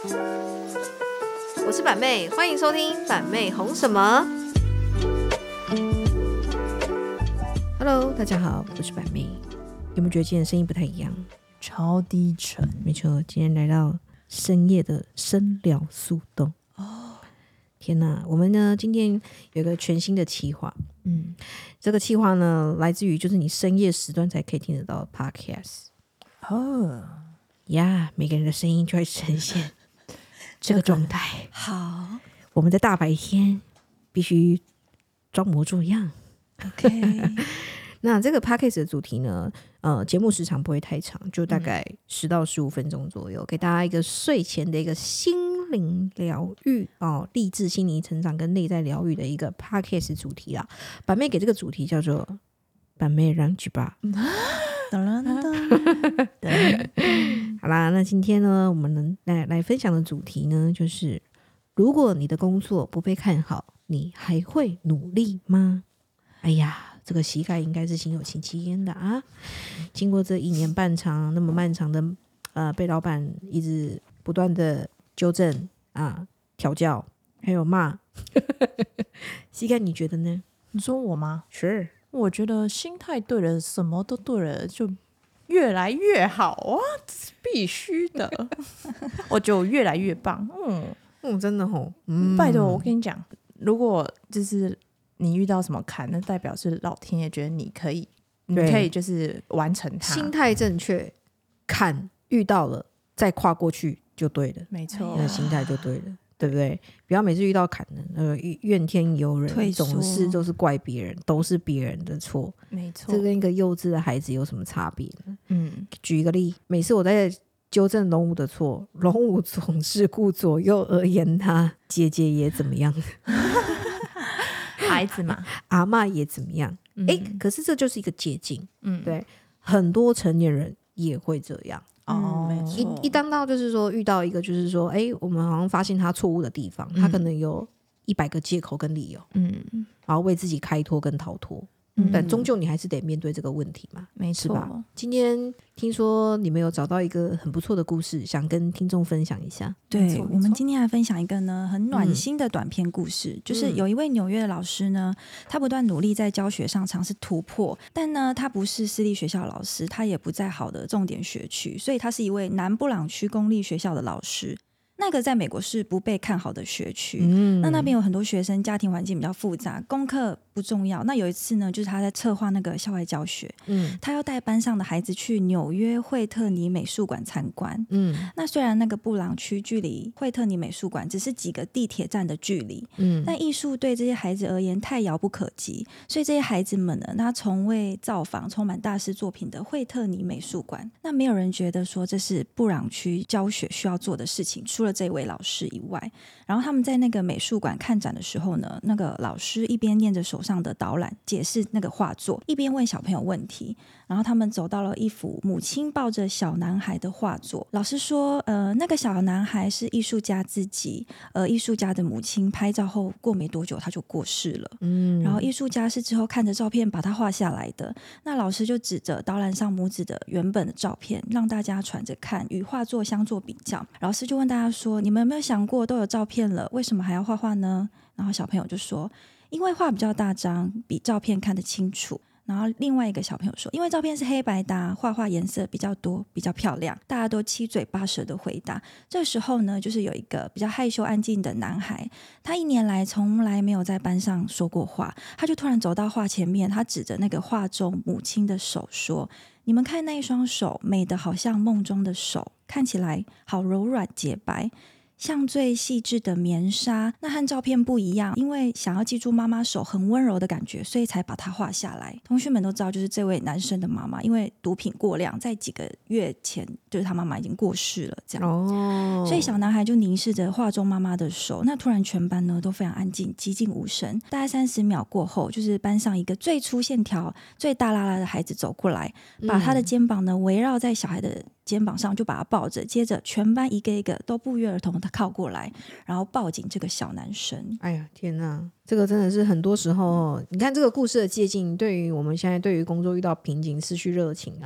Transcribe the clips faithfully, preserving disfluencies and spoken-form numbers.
我是板妹，欢迎收听板妹红什么。Hello， 大家好，我是板妹。有没有觉得今天的声音不太一样？ 超低沉。 没错，今天来到深夜的深聊速冻。哦，天哪！我们呢今天有一个全新的企划。嗯，这个企划呢来自于就是你深夜时段才可以听得到的 podcast。哦，呀，每个人的声音就会呈现这个状态。 好， 我们在大白天必须装模作样。 OK 那这个 podcast 的主题呢，呃，节目时长不会太长，就大概十到十五分钟左右，嗯、给大家一个睡前的一个心灵疗愈哦，励志心灵成长跟内在疗愈的一个 podcast 主题啦。板妹给这个主题叫做板妹让举吧。好啦，那今天呢，我们能 来, 来分享的主题呢，就是如果你的工作不被看好，你还会努力吗？哎呀，这个膝盖应该是心有戚戚焉的啊！经过这一年半长那么漫长的呃，被老板一直不断的纠正啊、调教，还有骂，膝盖你觉得呢？ 你说我吗？ 是， 我觉得心态对了，什么都对了，就越来越好啊，这是必须的。我觉得我越来越棒。嗯嗯，真的吼、嗯， 拜托，我跟你讲，如果就是你遇到什么坎，那代表是老天爷觉得你可以，你可以就是完成它。 心态正确，坎遇到了再跨过去就对了， 没错， 那心态就对了，对不对？不要每次遇到坎的呃怨天尤人，总是都是怪别人，都是别人的错， 没错。 这跟一个幼稚的孩子有什么差别呢？ 嗯， 举一个例，每次我在纠正龙武的错，龙武总是顾左右而言他，姐姐也怎么样。 孩子嘛， 阿嬷也怎么样？哎、嗯，可是这就是一个捷径，嗯，对，很多成年人也会这样哦，没错。 一一当到就是说遇到一个就是说，哎，我们好像发现他错误的地方，嗯、他可能有一百个借口跟理由，嗯，然后为自己开脱跟逃脱。嗯、但终究你还是得面对这个问题嘛， 没错。 是吧？今天听说你们有找到一个很不错的故事，想跟听众分享一下。 对，我们今天来分享一个呢很暖心的短篇故事、嗯、就是有一位纽约的老师呢，他不断努力在教学上尝试突破，但呢他不是私立学校的老师，他也不在好的重点学区，所以他是一位南布朗区公立学校的老师，那个在美国是不被看好的学区、嗯、那那边有很多学生家庭环境比较复杂，功课不重要。那有一次呢，就是他在策划那个校外教学、嗯、他要带班上的孩子去纽约惠特尼美术馆参观、嗯、那虽然那个布朗区距离惠特尼美术馆只是几个地铁站的距离、嗯、但艺术对这些孩子而言太遥不可及，所以这些孩子们呢，他从未造访充满大师作品的惠特尼美术馆。那没有人觉得说这是布朗区教学需要做的事情，除了这位老师以外。然后他们在那个美术馆看展的时候呢，那个老师一边念着手上的导览解释那个画作，一边问小朋友问题。然后他们走到了一幅母亲抱着小男孩的画作，老师说呃，那个小男孩是艺术家自己，呃，艺术家的母亲拍照后过没多久他就过世了，嗯，然后艺术家是之后看着照片把它画下来的。那老师就指着导览上母子的原本的照片让大家传着看，与画作相做比较。老师就问大家说，你们有没有想过都有照片了，为什么还要画画呢？然后小朋友就说，因为画比较大张，比照片看得清楚。然后另外一个小朋友说，因为照片是黑白的，画画颜色比较多，比较漂亮。大家都七嘴八舌的回答。这时候呢，就是有一个比较害羞安静的男孩，他一年来从来没有在班上说过话，他就突然走到画前面，他指着那个画中母亲的手说，你们看那一双手，美得好像梦中的手，看起来好柔软洁白，像最细致的棉纱。那和照片不一样，因为想要记住妈妈手很温柔的感觉，所以才把它画下来。同学们都知道，就是这位男生的妈妈因为毒品过量，在几个月前就是他妈妈已经过世了这样、哦、所以小男孩就凝视着画中妈妈的手。那突然全班呢都非常安静，寂静无声。大概三十秒过后，就是班上一个最粗线条最大拉拉的孩子走过来，把他的肩膀呢围绕在小孩的肩膀上，就把他抱着，接着全班一个一个都不约而同的靠过来，然后抱紧这个小男生。 哎呀天哪，这个真的是很多时候你看这个故事的借鉴，对于我们现在对于工作遇到瓶颈失去热情啊，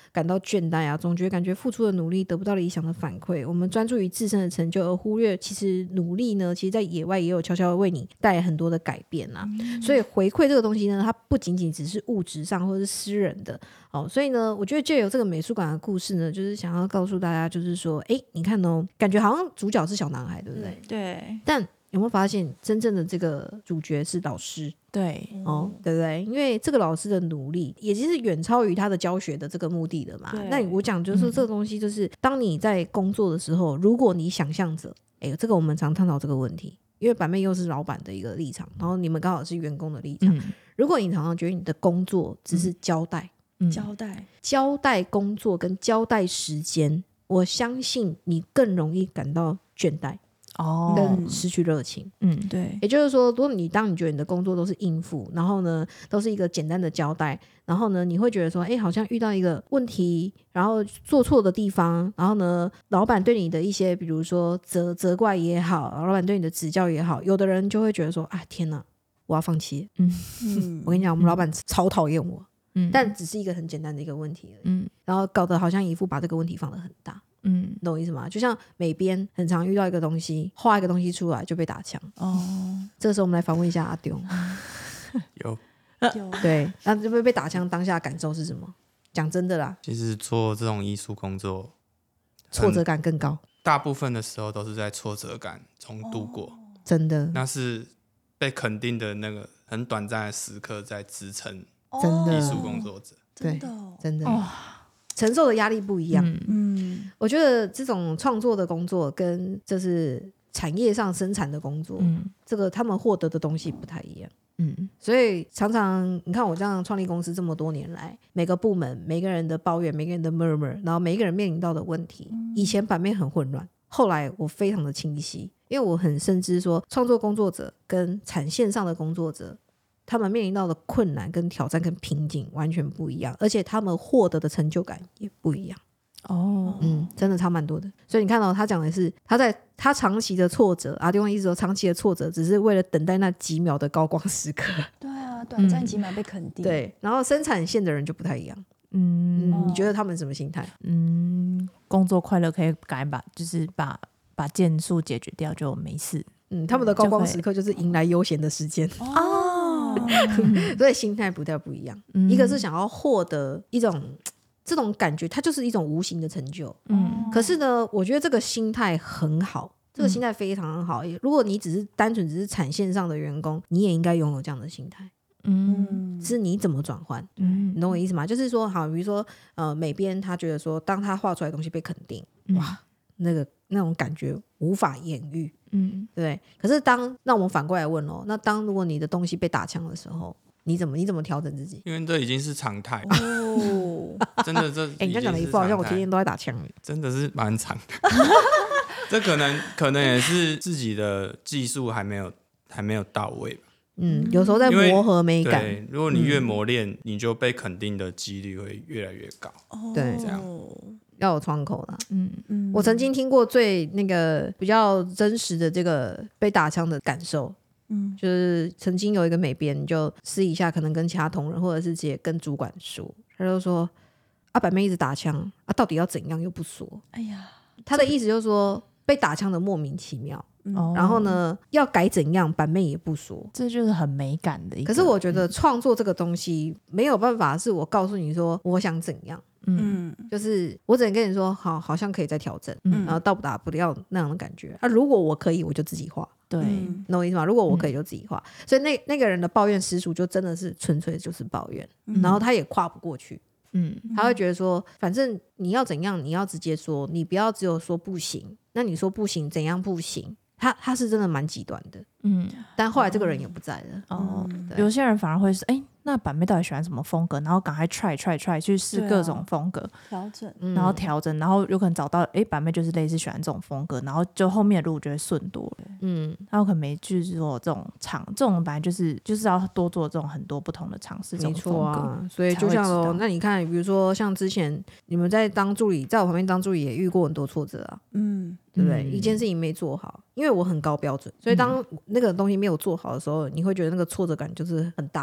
感到倦怠啊，总觉得感觉付出的努力得不到理想的反馈，我们专注于自身的成就，而忽略其实努力呢，其实在野外也有悄悄的为你带来很多的改变啊。嗯、所以回馈这个东西呢，它不仅仅只是物质上或是私人的。哦，所以呢，我觉得借由这个美术馆的故事呢，就是想要告诉大家，就是说，哎，你看哦，感觉好像主角是小男孩，对不对？ 嗯、对。 但有没有发现，真正的这个主角是老师？ 对， 哦，对不对？因为这个老师的努力，也就是远超于他的教学的这个目的的嘛。那我讲就是这个东西，就是、嗯、当你在工作的时候，如果你想象着，哎，这个我们常探讨这个问题。因为板妹又是老板的一个立场，然后你们刚好是员工的立场。嗯、如果你常常觉得你的工作只是交代， 嗯、交代、 交代工作跟交代时间，我相信你更容易感到倦怠。哦，跟失去热情。 嗯，对。 也就是说，如果你当你觉得你的工作都是应付，然后呢，都是一个简单的交代，然后呢，你会觉得说，哎，好像遇到一个问题，然后做错的地方，然后呢，老板对你的一些，比如说责责怪也好，老板对你的指教也好，有的人就会觉得说，啊，天哪，我要放弃。嗯嗯，我跟你讲，我们老板超讨厌我。嗯，但只是一个很简单的一个问题而已。嗯，然后搞得好像一副把这个问题放得很大。嗯，懂我意思吗？就像美编很常遇到一个东西，画一个东西出来就被打枪。哦，这个时候我们来访问一下阿丢。 有有对，那这被被打枪当下的感受是什么？讲真的啦， 其实做这种艺术工作， 挫折感更高。 大部分的时候都是在挫折感中度过。哦、 真的， 那是被肯定的那个很短暂的时刻在支撑艺术工作者。 对，真的。哦，承受的压力不一样。嗯，嗯我觉得这种创作的工作跟就是产业上生产的工作，嗯，这个他们获得的东西不太一样。嗯，所以常常你看我这样创立公司这么多年来，每个部门每个人的抱怨，每个人的 murmur， 然后每一个人面临到的问题，嗯、以前版面很混乱，后来我非常的清晰，因为我很深知说创作工作者跟产线上的工作者，他们面临到的困难跟挑战跟瓶颈完全不一样，而且他们获得的成就感也不一样。哦，嗯，真的差蛮多的。所以你看到、哦、他讲的是他在他长期的挫折，阿丢一直说长期的挫折只是为了等待那几秒的高光时刻。 对啊，短暂几秒被肯定、 嗯、对，然后生产线的人就不太一样。嗯, 嗯你觉得他们什么心态？ 嗯，工作快乐可以改把就是把把件数解决掉就没事。 嗯，他们的高光时刻就是迎来悠闲的时间。哦所以心态不太不一样、嗯、一个是想要获得一种这种感觉，它就是一种无形的成就。嗯，可是呢我觉得这个心态很好，这个心态非常好、嗯、如果你只是单纯只是产线上的员工，你也应该拥有这样的心态。嗯，是你怎么转换？嗯，你懂我意思吗？就是说好，比如说呃，美编他觉得说当他画出来的东西被肯定、嗯、哇那个那种感觉无法言喻。嗯，对。可是当那我们反过来问哦，那当如果你的东西被打枪的时候，你怎么你怎么调整自己？ 因为这已经是常态哦，真的这哎、欸，你刚讲的一副好像我天天都在打枪， 真的是蛮长的。这可能可能也是自己的技术还没有还没有到位吧。 嗯，有时候在磨合美感。 对，如果你越磨练、嗯，你就被肯定的几率会越来越高。 哦，对， 这样要有窗口啦。嗯嗯，我曾经听过最那个比较真实的这个被打枪的感受。嗯，就是曾经有一个美编就私底下可能跟其他同仁或者是直接跟主管说，他就说啊，板妹一直打枪啊，到底要怎样又不说。哎呀，他的意思就是说被打枪的莫名其妙。嗯、然后呢要改怎样板妹也不说， 这就是很美感的一个。 可是我觉得创作这个东西没有办法是我告诉你说我想怎样。嗯，就是我只能跟你说好好像可以再调整、嗯、然后到不达不了那样的感觉啊。如果我可以我就自己画。对，懂我意思吗？如果我可以就自己画、嗯、所以那那个人的抱怨实属就真的是纯粹就是抱怨、嗯、然后他也跨不过去。嗯，他会觉得说反正你要怎样你要直接说，你不要只有说不行，那你说不行怎样不行，他他是真的蛮极端的。嗯，但后来这个人也不在了。哦、 嗯，有些人反而会是哎，那板妹到底喜欢什么风格，然后赶快 try try try 去试各种风格， 调、啊、整、 然后调整，然后有可能找到哎板妹就是类似喜欢这种风格，然后就后面的路就会顺多了。嗯，他有可能没就是说这种尝这种本来就是就是要多做这种很多不同的尝试， 没错啊。所以就像哦，那你看比如说像之前你们在当助理，在我旁边当助理也遇过很多挫折啊。嗯，对不对、嗯、一件事情没做好，因为我很高标准，所以当那个东西没有做好的时候、嗯、你会觉得那个挫折感就是很大。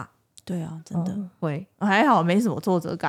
对啊，真的、 哦、 会还好没什么挫折感。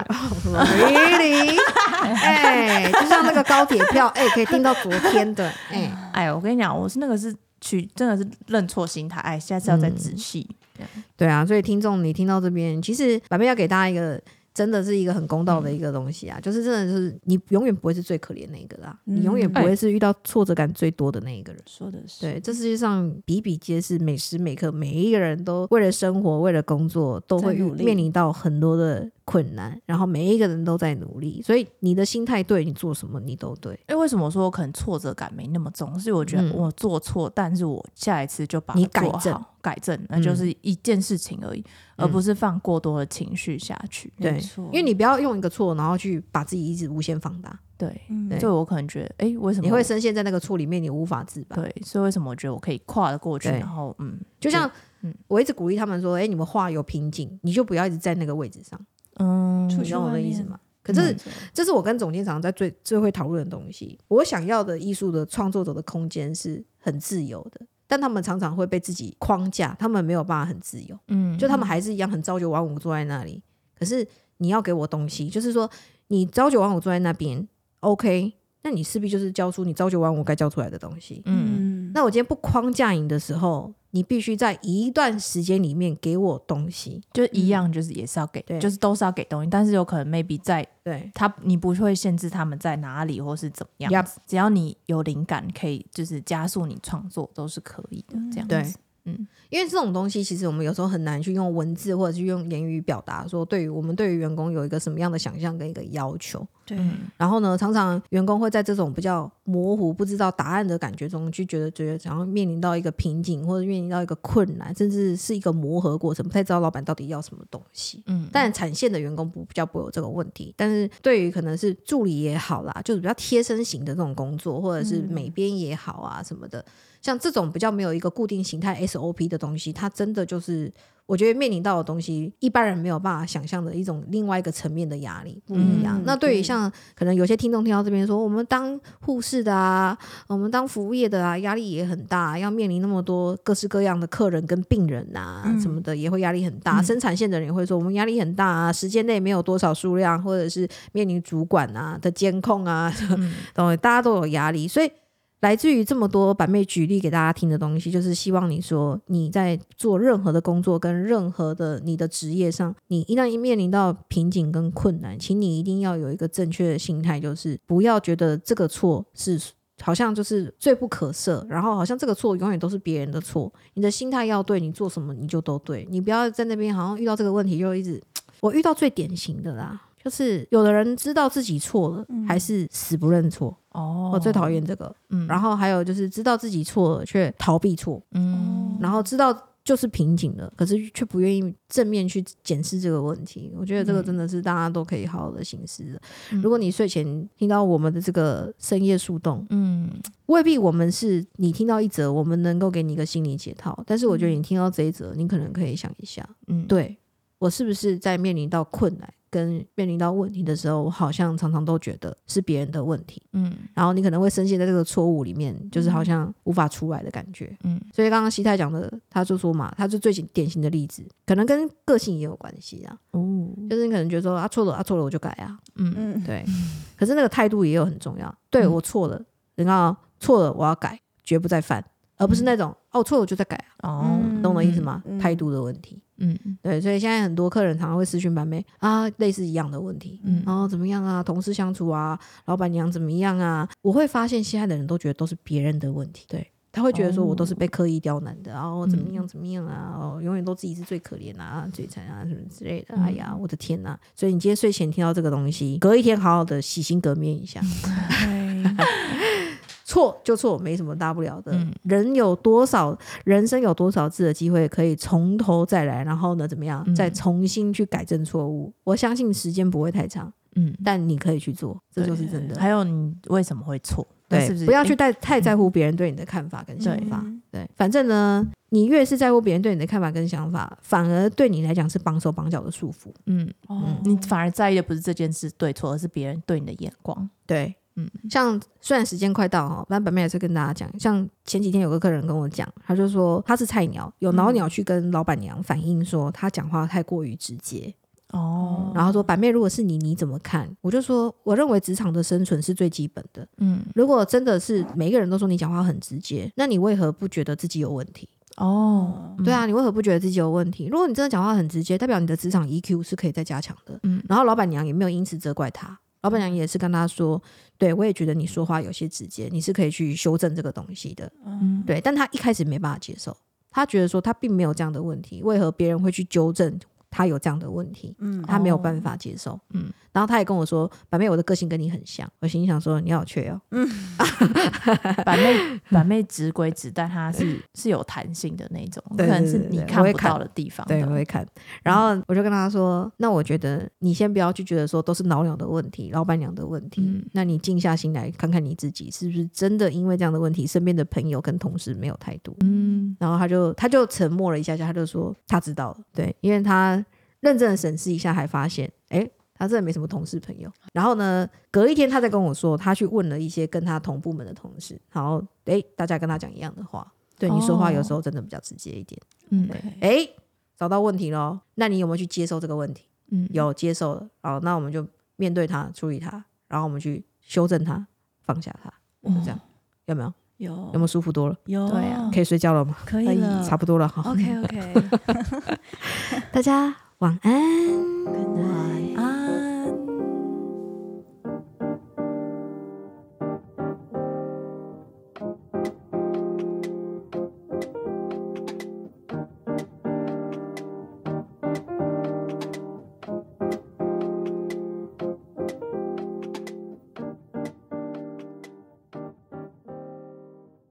really 哎、就像那个高铁票哎、可以订到昨天的哎哎，我跟你讲，我是那个是去真的是认错心态，哎，下次要再仔细、 嗯、对啊，所以听众你听到这边，其实板妹要给大家一个真的是一个很公道的一个东西啊、嗯、就是真的是你永远不会是最可怜那一个啦、嗯、你永远不会是遇到挫折感最多的那一个人、 哎、说的是对，这世界上比比皆是，每时每刻每一个人都为了生活为了工作都会面临到很多的困难，然后每一个人都在努力，所以你的心态对，你做什么你都对。 哎，为什么我说我可能挫折感没那么重？是我觉得我做错、嗯、但是我下一次就把它做好你改正改正，那就是一件事情而已、嗯、而不是放过多的情绪下去。 对，因为你不要用一个错然后去把自己一直无限放大。 对， 嗯、 就我可能觉得哎，为什么你会深陷在那个错里面你无法自拔。 对，所以为什么我觉得我可以跨得过去，然后嗯， 就像嗯，我一直鼓励他们说哎，你们画有瓶颈你就不要一直在那个位置上。嗯，你懂我的意思吗？可是、嗯、这是我跟总监常在最最会讨论的东西。我想要的艺术的创作者的空间是很自由的，但他们常常会被自己框架，他们没有办法很自由。嗯，就他们还是一样很朝九晚五坐在那里。可是你要给我东西，就是说你朝九晚五坐在那边 OK， 那你势必就是交出你朝九晚五该交出来的东西。嗯，那我今天不框架你的时候，你必须在一段时间里面给我东西， 就一样，就是也是要给、嗯、就是都是要给东西，但是有可能 maybe 在对他你不会限制他们在哪里或是怎么样子、yep. 只要你有灵感可以就是加速你创作都是可以的、嗯、这样子。 对，嗯，因为这种东西其实我们有时候很难去用文字或者是用言语表达说对于我们对于员工有一个什么样的想象跟一个要求。 对、 嗯，然后呢常常员工会在这种比较模糊不知道答案的感觉中就觉得觉得想要面临到一个瓶颈或者面临到一个困难，甚至是一个磨合过程，不太知道老板到底要什么东西。嗯，但产线的员工不比较不会有这个问题，但是对于可能是助理也好啦，就是比较贴身型的这种工作或者是美编也好啊什么的、嗯、像这种比较没有一个固定形态 S O P 的东西，它真的就是我觉得面临到的东西一般人没有办法想象的一种另外一个层面的压力不一样、嗯、那对于像可能有些听众听到这边说我们当护士的啊我们当服务业的啊压力也很大，要面临那么多各式各样的客人跟病人啊、嗯、什么的也会压力很大、嗯、生产线的人也会说我们压力很大啊，时间内没有多少数量或者是面临主管啊的监控啊、嗯、大家都有压力，所以来自于这么多板妹举例给大家听的东西，就是希望你说你在做任何的工作跟任何的你的职业上，你一旦面临到瓶颈跟困难，请你一定要有一个正确的心态，就是不要觉得这个错是好像就是罪不可赦，然后好像这个错永远都是别人的错，你的心态要对，你做什么你就都对，你不要在那边好像遇到这个问题就一直，我遇到最典型的啦，就是有的人知道自己错了、嗯、还是死不认错。哦，我最讨厌这个、嗯、然后还有就是知道自己错了却逃避错、嗯、然后知道就是瓶颈了可是却不愿意正面去检视这个问题，我觉得这个真的是大家都可以好好的省思的、嗯、如果你睡前听到我们的这个深夜树洞，嗯，未必我们是你听到一则我们能够给你一个心理解套，但是我觉得你听到这一则你可能可以想一下，嗯，对，我是不是在面临到困难跟面临到问题的时候，我好像常常都觉得是别人的问题，嗯，然后你可能会深陷在这个错误里面，就是好像无法出来的感觉，嗯，所以刚刚西太讲的，他就说嘛，他就最典型的例子，可能跟个性也有关系啊，哦，就是你可能觉得说啊错了啊错了我就改啊，嗯，对，可是那个态度也有很重要，对、嗯、我错了，你看啊错了我要改，绝不再犯，而不是那种、嗯、哦错了我就再改啊，哦，懂我意思吗？嗯、态度的问题。嗯，对，所以现在很多客人常常会私讯板妹啊，类似一样的问题，嗯，然后怎么样啊，同事相处啊，老板娘怎么样啊，我会发现现在的人都觉得都是别人的问题，对，他会觉得说我都是被刻意刁难的，然后、哦、怎么样怎么样啊、哦，永远都自己是最可怜啊最惨啊什么之类的、嗯、哎呀我的天哪，所以你今天睡前听到这个东西，隔一天好好的洗心革面一下错就错，没什么大不了的、嗯、人有多少人生有多少次的机会可以从头再来，然后呢怎么样、嗯、再重新去改正错误，我相信时间不会太长，嗯，但你可以去做，这就是真的。 还有你为什么会错， 对， 是不是不要去太太在乎别人对你的看法跟想法、嗯、对，反正呢你越是在乎别人对你的看法跟想法，反而对你来讲是绑手绑脚的束缚，嗯、 哦、嗯，你反而在意的不是这件事对错，而是别人对你的眼光， 对， 嗯，像虽然时间快到哦，但本妹也是跟大家讲，像前几天有个客人跟我讲，他就说他是菜鸟，有老鸟去跟老板娘反映说他讲话太过于直接。哦，然后说板妹如果是你你怎么看？我就说我认为职场的生存是最基本的，嗯，如果真的是每一个人都说你讲话很直接，那你为何不觉得自己有问题？哦，对啊，你为何不觉得自己有问题？如果你真的讲话很直接，代表你的职场 E Q 是可以再加强的，嗯，然后老板娘也没有因此责怪他，老板娘也是跟他说，对我也觉得你说话有些直接，你是可以去修正这个东西的，嗯，对，但他一开始没办法接受，他觉得说他并没有这样的问题，为何别人会去纠正他有这样的问题，嗯，他没有办法接受，嗯，然后他也跟我说，板妹我的个性跟你很像，我心里想说你好缺哦，嗯， 板妹板妹直归直，但他是是有弹性的那种，可能是你看不到的地方的， 对，我会看，然后我就跟他说，那我觉得你先不要去觉得说都是老鸟的问题，老板娘的问题，嗯，那你静下心来看看你自己是不是真的因为这样的问题，身边的朋友跟同事没有态度，嗯，然后他就他就沉默了一下下，他就说他知道了，对，因为他认真的审视一下，还发现，哎，他真的没什么同事朋友。然后呢，隔一天他再跟我说，他去问了一些跟他同部门的同事，然后哎，大家跟他讲一样的话，对，你说话有时候真的比较直接一点。嗯，哎，找到问题咯，那你有没有去接受这个问题？嗯，有接受了。好，那我们就面对它，处理它，然后我们去修正它，放下它，就这样，有没有？ 有， 有没有舒服多了？ 有， 对啊， 可以睡觉了吗？ 可以了， 差不多了哈。 OK OK， 大家晚安。 Good night。